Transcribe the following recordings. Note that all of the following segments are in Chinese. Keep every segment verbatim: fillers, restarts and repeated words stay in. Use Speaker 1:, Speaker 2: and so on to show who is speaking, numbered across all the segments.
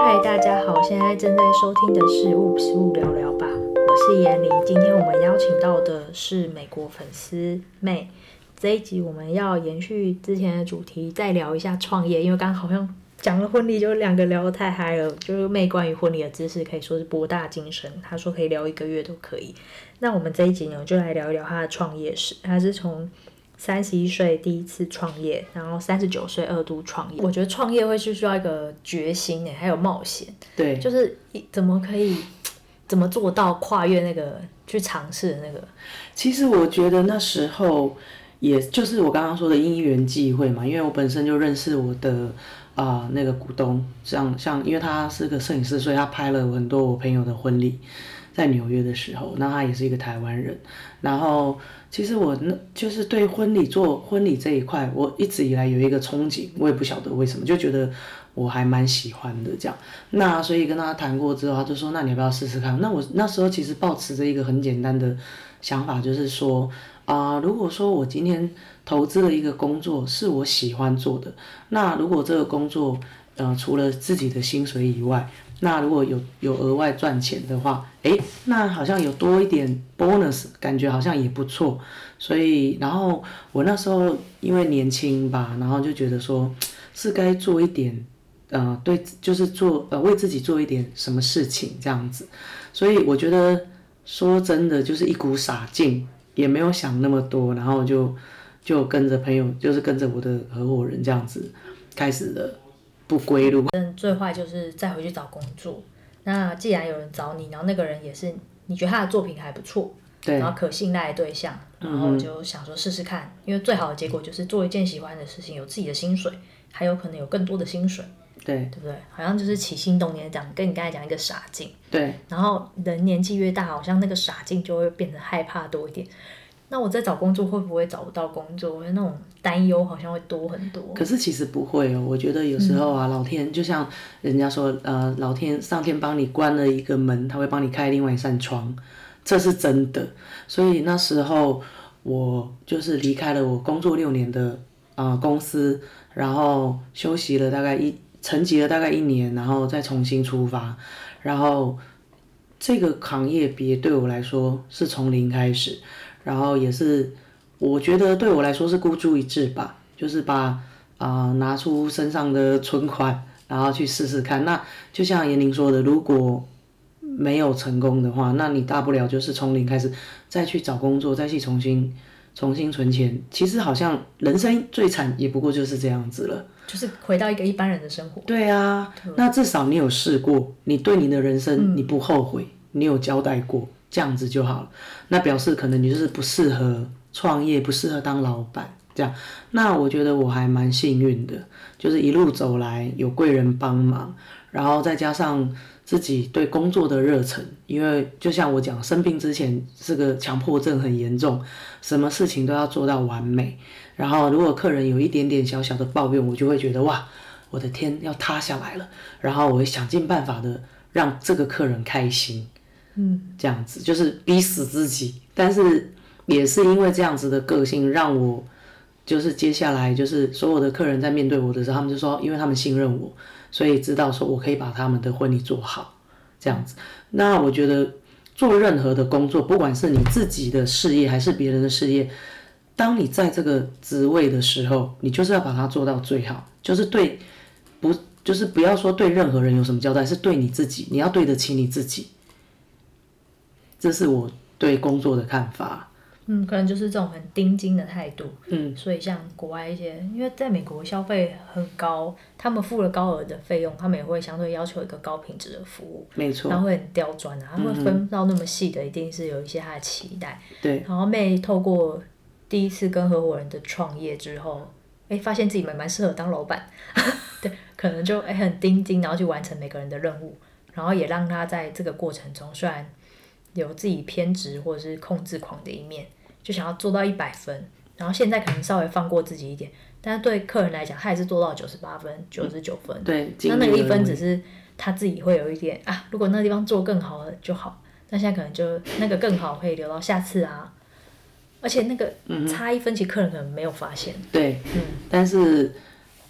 Speaker 1: 嗨，大家好，现在正在收听的是物不是物聊聊吧，我是严玲。今天我们邀请到的是美国粉丝妹。这一集我们要延续之前的主题，再聊一下创业，因为刚刚好像讲了婚礼，就两个聊得太嗨了，就是妹关于婚礼的知识可以说是博大精深，她说可以聊一个月都可以。那我们这一集呢，就来聊一聊她的创业史。她是从三十一岁第一次创业，然后三十九岁二度创业。我觉得创业会是需要一个决心耶，还有冒险。
Speaker 2: 对，
Speaker 1: 就是怎么可以怎么做到跨越那个去尝试的那个。
Speaker 2: 其实我觉得那时候也就是我刚刚说的因缘际会嘛，因为我本身就认识我的啊、呃、那个股东，像像因为他是个摄影师，所以他拍了很多我朋友的婚礼。在纽约的时候，那他也是一个台湾人。然后其实我那就是对婚礼做婚礼这一块，我一直以来有一个憧憬，我也不晓得为什么，就觉得我还蛮喜欢的这样。那所以跟他谈过之后，他就说：“那你要不要试试看？”那我那时候其实抱持着一个很简单的想法，就是说啊、呃，如果说我今天投资了一个工作是我喜欢做的，那如果这个工作呃除了自己的薪水以外，那如果有有额外赚钱的话，诶，那好像有多一点 bonus， 感觉好像也不错。所以，然后我那时候因为年轻吧，然后就觉得说，是该做一点，呃，对，就是做呃为自己做一点什么事情这样子。所以我觉得说真的，就是一股傻劲，也没有想那么多，然后就就跟着朋友，就是跟着我的合伙人这样子，开始了不归路。
Speaker 1: 最坏就是再回去找工作。那既然有人找你，然后那个人也是你觉得他的作品还不错，然后可信赖的对象，然后就想说试试看，因为最好的结果就是做一件喜欢的事情，有自己的薪水，还有可能有更多的薪水，
Speaker 2: 对，
Speaker 1: 对不对？好像就是起心动念讲，跟你刚才讲一个傻劲，
Speaker 2: 对。
Speaker 1: 然后人年纪越大，好像那个傻劲就会变得害怕多一点。那我在找工作会不会找不到工作？那种担忧好像会多很多。
Speaker 2: 可是其实不会哦，我觉得有时候啊，嗯、老天就像人家说，呃，老天上天帮你关了一个门，他会帮你开另外一扇窗，这是真的。所以那时候我就是离开了我工作六年的啊、呃、公司，然后休息了大概一沉寂了大概一年，然后再重新出发，然后这个行业别对我来说是从零开始。然后也是，我觉得对我来说是孤注一掷吧，就是把啊、呃、拿出身上的存款，然后去试试看。那就像严玲说的，如果没有成功的话，那你大不了就是从零开始，再去找工作，再去重新重新存钱。其实好像人生最惨也不过就是这样子了，
Speaker 1: 就是回到一个一般人的生活。
Speaker 2: 对啊，那至少你有试过，你对你的人生你不后悔，嗯、你有交代过。这样子就好了，那表示可能你就是不适合创业，不适合当老板这样。那我觉得我还蛮幸运的，就是一路走来有贵人帮忙，然后再加上自己对工作的热忱。因为就像我讲，生病之前是个强迫症很严重，什么事情都要做到完美。然后如果客人有一点点小小的抱怨，我就会觉得哇，我的天要塌下来了。然后我会想尽办法的让这个客人开心。嗯，这样子就是逼死自己，但是也是因为这样子的个性，让我就是接下来就是所有的客人在面对我的时候，他们就说，因为他们信任我，所以知道说我可以把他们的婚礼做好，这样子。那我觉得做任何的工作，不管是你自己的事业还是别人的事业，当你在这个职位的时候，你就是要把它做到最好，就是对不就是不要说对任何人有什么交代，是对你自己，你要对得起你自己。这是我对工作的看法。
Speaker 1: 嗯，可能就是这种很盯紧的态度。
Speaker 2: 嗯，
Speaker 1: 所以像国外一些，因为在美国消费很高，他们付了高额的费用，他们也会相对要求一个高品质的服务。
Speaker 2: 没错。
Speaker 1: 然后会很刁钻啊，他会分到那么细的，一定是有一些他的期待。
Speaker 2: 对。
Speaker 1: 然后妹透过第一次跟合伙人的创业之后，哎，发现自己蛮蛮适合当老板。对，可能就哎很盯紧，然后去完成每个人的任务，然后也让他在这个过程中，虽然有自己偏执或者是控制狂的一面，就想要做到一百分，然后现在可能稍微放过自己一点，但是对客人来讲，他也是做到九十八分、九十九分。
Speaker 2: 对，
Speaker 1: 那那个一分只是他自己会有一点啊，如果那个地方做更好了就好，那现在可能就那个更好可以留到下次啊。而且那个差一分，其实客人可能没有发现。
Speaker 2: 对，嗯，但是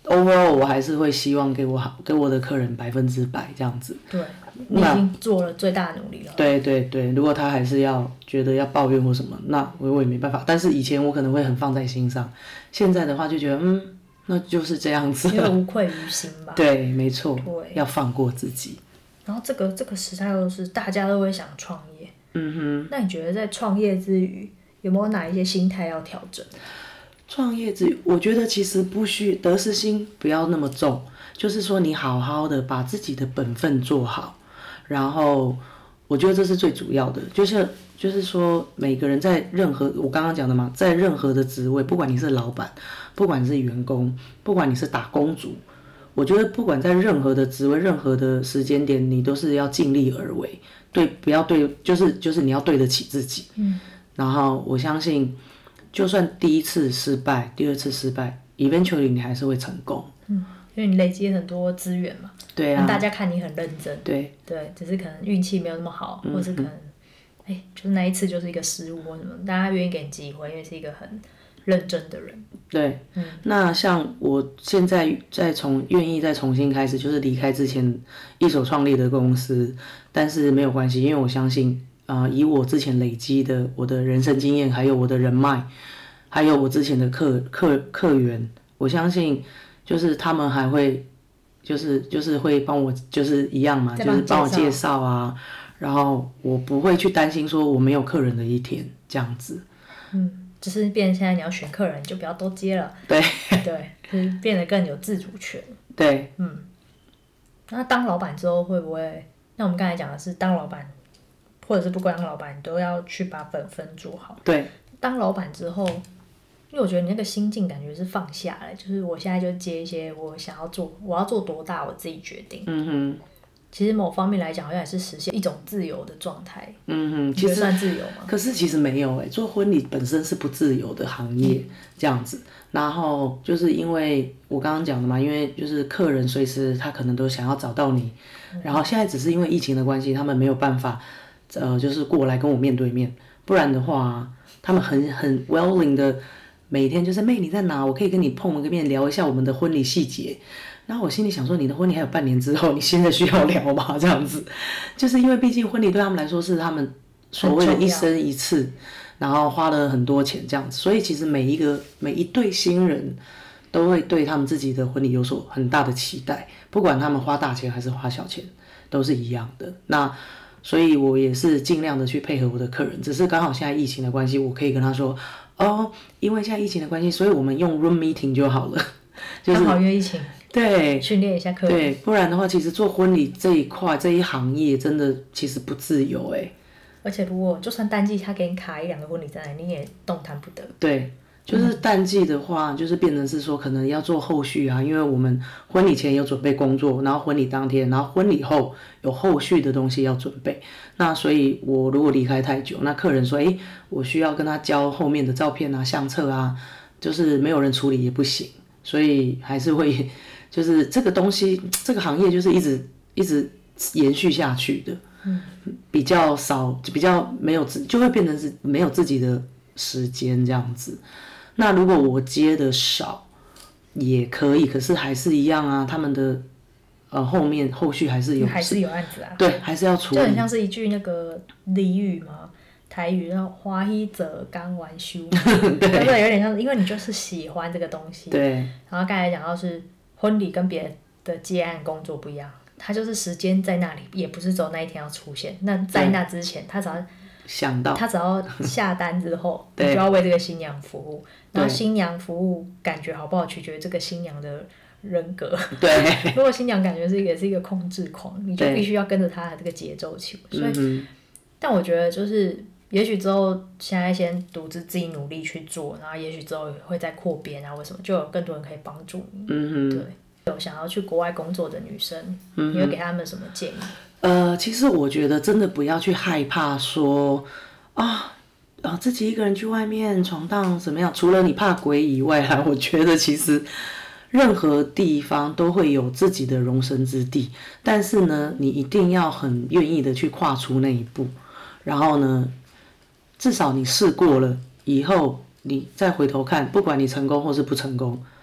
Speaker 2: overall 我还是会希望给我好给我的客人百分之百这样子。
Speaker 1: 对，你已经做了最大的努力了。
Speaker 2: 对对对，如果他还是要觉得要抱怨或什么，那我我也没办法。但是以前我可能会很放在心上，现在的话就觉得嗯，那就是这样子。
Speaker 1: 因为无愧于心吧。
Speaker 2: 对，没错。
Speaker 1: 对，
Speaker 2: 要放过自己。
Speaker 1: 然后这个这个时代又是大家都会想创业。
Speaker 2: 嗯哼。
Speaker 1: 那你觉得在创业之余，有没有哪一些心态要调整？
Speaker 2: 创业之余，我觉得其实不需得失心不要那么重，就是说你好好的把自己的本分做好，然后我觉得这是最主要的，就是就是说每个人在任何我刚刚讲的嘛，在任何的职位，不管你是老板，不管你是员工，不管你是打工族，我觉得不管在任何的职位、任何的时间点，你都是要尽力而为，对，不要对，就是就是你要对得起自己。
Speaker 1: 嗯。
Speaker 2: 然后我相信。就算第一次失败，第二次失败 ，eventually 你还是会成功。
Speaker 1: 嗯，因为你累积很多资源嘛。
Speaker 2: 对啊。
Speaker 1: 大家看你很认真。
Speaker 2: 对。
Speaker 1: 对，只是可能运气没有那么好，嗯、或是可能，哎，就是那一次就是一个失误或什么，大家愿意给你机会，因为是一个很认真的人。
Speaker 2: 对。嗯。那像我现在再从愿意再重新开始，就是离开之前一手创立的公司，但是没有关系，因为我相信。啊、呃，以我之前累积的我的人生经验，还有我的人脉，还有我之前的客客客源，我相信就是他们还会，就是就是会帮我，就是一样嘛，就是帮我介绍啊，然后我不会去担心说我没有客人的一天这样子。
Speaker 1: 嗯，只是变成现在你要选客人，就不要多接了。
Speaker 2: 对
Speaker 1: 对，就是变得更有自主权。
Speaker 2: 对，
Speaker 1: 嗯。那当老板之后会不会？那我们刚才讲的是当老板。或者是不当老板，你都要去把本分做好。
Speaker 2: 对。
Speaker 1: 当老板之后，因为我觉得你那个心境感觉是放下来，就是我现在就接一些我想要做，我要做多大我自己决定。
Speaker 2: 嗯哼。
Speaker 1: 其实某方面来讲，好像也是实现一种自由的状态。
Speaker 2: 嗯哼。其实
Speaker 1: 算自由吗？
Speaker 2: 可是其实没有哎、欸，做婚礼本身是不自由的行业、嗯、这样子。然后就是因为我刚刚讲的嘛，因为就是客人随时他可能都想要找到你，嗯、然后现在只是因为疫情的关系，他们没有办法。呃，就是过来跟我面对面，不然的话，他们很很 willing 的，每天就是妹你在哪，我可以跟你碰个面聊一下我们的婚礼细节。然后我心里想说，你的婚礼还有半年之后，你现在需要聊吗？这样子，就是因为毕竟婚礼对他们来说是他们所谓的一生一次，然后花了很多钱这样子，所以其实每一个每一对新人都会对他们自己的婚礼有所很大的期待，不管他们花大钱还是花小钱，都是一样的。那所以我也是尽量的去配合我的客人，只是刚好现在疫情的关系，我可以跟他说，哦，因为现在疫情的关系，所以我们用 room meeting 就好了。就是
Speaker 1: 刚好约疫情，
Speaker 2: 对，
Speaker 1: 训练一下客人。
Speaker 2: 对，不然的话，其实做婚礼这一块这一行业真的其实不自由哎、欸。
Speaker 1: 而且如果就算淡季他给你卡一两个婚礼在那，你也动弹不得。
Speaker 2: 对。就是淡季的话，就是变成是说可能要做后续啊，因为我们婚礼前有准备工作，然后婚礼当天，然后婚礼后有后续的东西要准备。那所以我如果离开太久，那客人说，哎，我需要跟他交后面的照片啊、相册啊，就是没有人处理也不行，所以还是会，就是这个东西，这个行业就是一直一直延续下去的，嗯，比较少，比较没有自，就会变成是没有自己的时间这样子。那如果我接的少也可以，可是还是一样啊，他们的呃后面后续还是有，
Speaker 1: 还是有案子啊，
Speaker 2: 对，还是要处理，
Speaker 1: 就很像是一句那个俚语嘛，台语叫花一者刚完休，对不对？有点像，因为你就是喜欢这个东西，
Speaker 2: 对。
Speaker 1: 然后刚才讲到是婚礼跟别的接案工作不一样，他就是时间在那里，也不是走那一天要出现，那在那之前，他只要
Speaker 2: 想到，
Speaker 1: 他只要下单之后，你就要为这个新娘服务。然后新娘服务感觉好不好，取决于这个新娘的人格。
Speaker 2: 对。
Speaker 1: 如果新娘感觉是也是一个控制狂，你就必须要跟着她的这个节奏去。所以、嗯，但我觉得就是，也许之后现在先独自自己努力去做，然后也许之后会再扩编啊，为什么就有更多人可以帮助你。嗯对。有想要去国外工作的女生，嗯、你会给他们什么建议？
Speaker 2: 呃，其实我觉得真的不要去害怕说啊，啊自己一个人去外面闯荡怎么样？除了你怕鬼以外啊，我觉得其实任何地方都会有自己的容身之地，但是呢，你一定要很愿意的去跨出那一步，然后呢，至少你试过了以后，你再回头看，不管你成功或是不成功，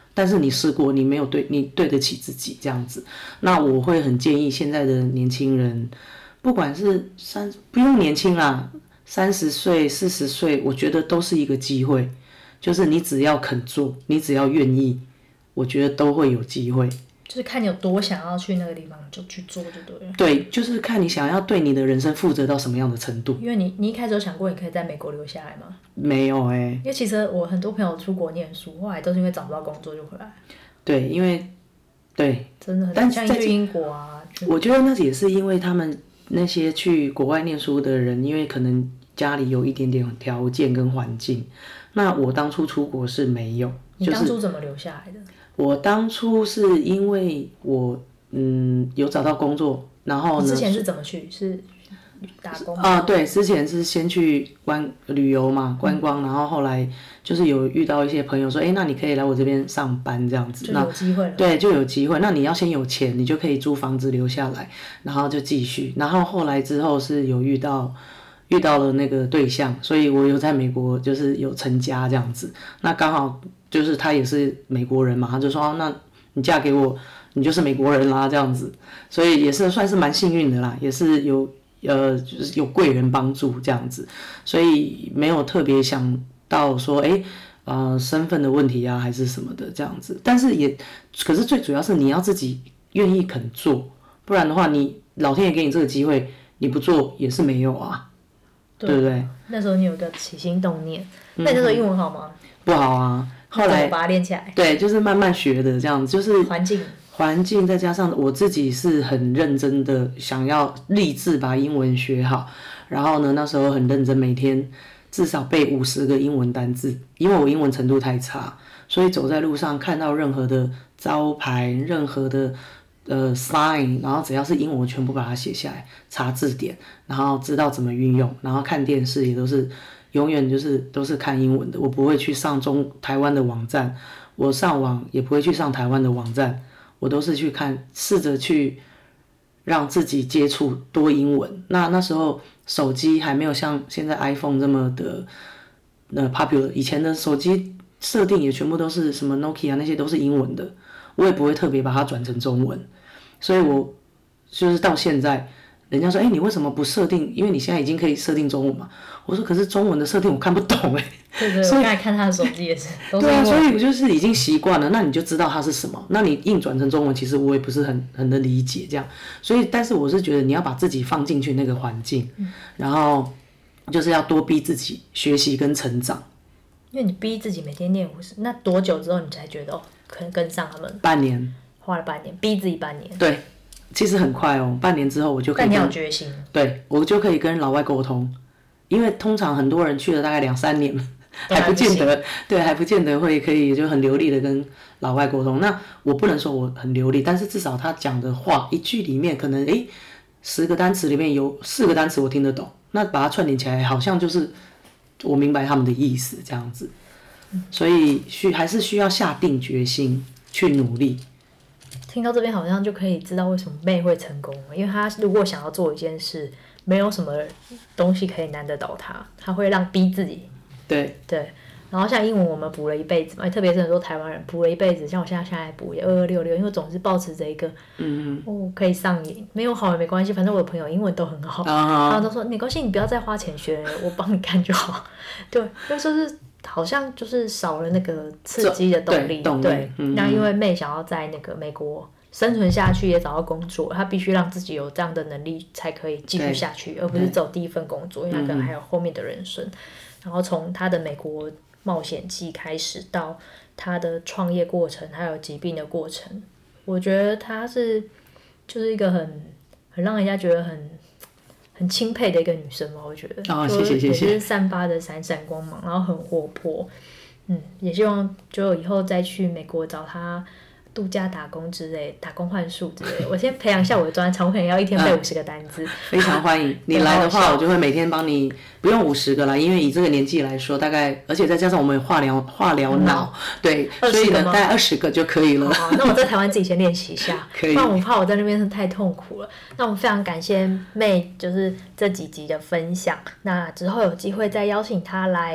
Speaker 2: 但是你试过，你没有对你对得起自己这样子。那我会很建议现在的年轻人，不管是三不用年轻啦，三十岁、四十岁，我觉得都是一个机会。就是你只要肯做，你只要愿意，我觉得都会有机会。
Speaker 1: 就是看你有多想要去那个地方，就去做就对了。
Speaker 2: 对，就是看你想要对你的人生负责到什么样的程度。
Speaker 1: 因为你你一开始有想过你可以在美国留下来吗？
Speaker 2: 没有哎、欸。
Speaker 1: 因为其实我很多朋友出国念书，后来都是因为找不到工作就回来。
Speaker 2: 对，因为对，
Speaker 1: 真的很难，像去英国啊。
Speaker 2: 我觉得那也是因为他们那些去国外念书的人，因为可能家里有一点点条件跟环境。那我当初出国是没有。
Speaker 1: 你当初怎么留下来的？
Speaker 2: 我当初是因为我嗯有找到工作，然后呢？
Speaker 1: 之前是怎么去？是打工吗？
Speaker 2: 啊，对，之前是先去观旅游嘛，观光，嗯、然后后来就是有遇到一些朋友说，哎，那你可以来我这边上班这样子，
Speaker 1: 就有机会了。
Speaker 2: 对，就有机会。那你要先有钱，你就可以租房子留下来，然后就继续。然后后来之后是有遇到。遇到了那个对象，所以我有在美国就是有成家这样子。那刚好就是他也是美国人嘛，他就说、啊、那你嫁给我，你就是美国人啦这样子。所以也是算是蛮幸运的啦，也是有呃就是有贵人帮助这样子，所以没有特别想到说哎呃身份的问题啊还是什么的这样子。但是也可是最主要是你要自己愿意肯做，不然的话你老天爷给你这个机会，你不做也是没有啊。对不对？
Speaker 1: 那时候你有个起心动念，那你那时候英文好吗？
Speaker 2: 不好啊，后来
Speaker 1: 把它练起来。
Speaker 2: 对，就是慢慢学的这样子，就是
Speaker 1: 环境，
Speaker 2: 环境再加上我自己是很认真的，想要立志把英文学好。然后呢，那时候很认真，每天至少背五十个英文单字，因为我英文程度太差，所以走在路上看到任何的招牌，任何的。呃 sign， 然后只要是英文，我全部把它写下来，查字典，然后知道怎么运用，然后看电视也都是永远就是都是看英文的，我不会去上中台湾的网站，我上网也不会去上台湾的网站，我都是去看，试着去让自己接触多英文。那那时候手机还没有像现在 iPhone 这么的呃 popular， 以前的手机设定也全部都是什么 Nokia 那些都是英文的。我也不会特别把它转成中文，所以我就是到现在，人家说，哎、欸，你为什么不设定？因为你现在已经可以设定中文嘛。我说，可是中文的设定我看不懂哎、欸。
Speaker 1: 对对，我刚才看他的手机也是。都是
Speaker 2: 对啊，所以我就是已经习惯了，那你就知道它是什么。那你硬转成中文，其实我也不是很很能理解这样。所以，但是我是觉得你要把自己放进去那个环境，嗯、然后就是要多逼自己学习跟成长。
Speaker 1: 因为你逼自己每天念五十，那多久之后你才觉得哦？可能跟上他们
Speaker 2: 半年，
Speaker 1: 花了半年，逼自己半年。
Speaker 2: 对，其实很快哦，半年之后我就可以。
Speaker 1: 但你有决心。
Speaker 2: 对，我就可以跟老外沟通，因为通常很多人去了大概两三年，还不见得，对，还不见得会可以就很流利的跟老外沟通。那我不能说我很流利，但是至少他讲的话一句里面可能诶十个单词里面有四个单词我听得懂，那把它串联起来，好像就是我明白他们的意思这样子。所以需还是需要下定决心去努力。
Speaker 1: 听到这边好像就可以知道为什么妹会成功了，因为她如果想要做一件事，没有什么东西可以难得倒她，她会让逼自己。
Speaker 2: 对
Speaker 1: 对。然后像英文我们补了一辈子嘛，特别是很多台湾人补了一辈子，像我现在现在补也二二六六，因为总是抱持着一个，嗯哦可以上瘾，没有好也没关系，反正我的朋友英文都很好，然后都说没关系，你不要再花钱学，我帮你看就好。对，因为就是好像就是少了那个刺激的动力，
Speaker 2: 对，
Speaker 1: 对嗯、那因为妹想要在那个美国生存下去，也找到工作，她必须让自己有这样的能力才可以继续下去，而不是走第一份工作，因为她可能还有后面的人生。然后从她的美国冒险记开始到她的创业过程，还有疾病的过程，我觉得她是就是一个很很让人家觉得很很钦佩的一个女生嘛，我觉得。
Speaker 2: 哦，谢谢谢谢。
Speaker 1: 也是散发的闪闪光芒，然后很活泼，嗯，也希望就以后再去美国找她度假打工之类，打工换宿之类。我先培养一下我的专长，我可能要一天背五十个单字、嗯。
Speaker 2: 非常欢迎你来的话，我就会每天帮你，不用五十个啦，因为以这个年纪来说，大概而且再加上我们有化疗化疗脑，对，所以呢，大概二十个就可以了。
Speaker 1: 好，那我在台湾自己先练习一下，
Speaker 2: 可以，
Speaker 1: 不然我怕我在那边是太痛苦了。那我们非常感谢妹，就是这几集的分享。那之后有机会再邀请她来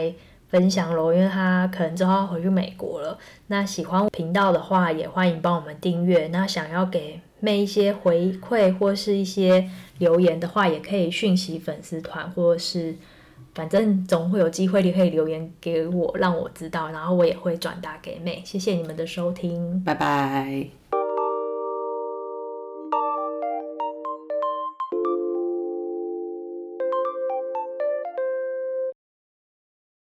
Speaker 1: 分享咯，因为他可能之后要回去美国了。那喜欢频道的话，也欢迎帮我们订阅。那想要给妹一些回馈或是一些留言的话，也可以讯息粉丝团，或者是反正总会有机会，你可以留言给我，让我知道，然后我也会转达给妹。谢谢你们的收听，
Speaker 2: 拜拜。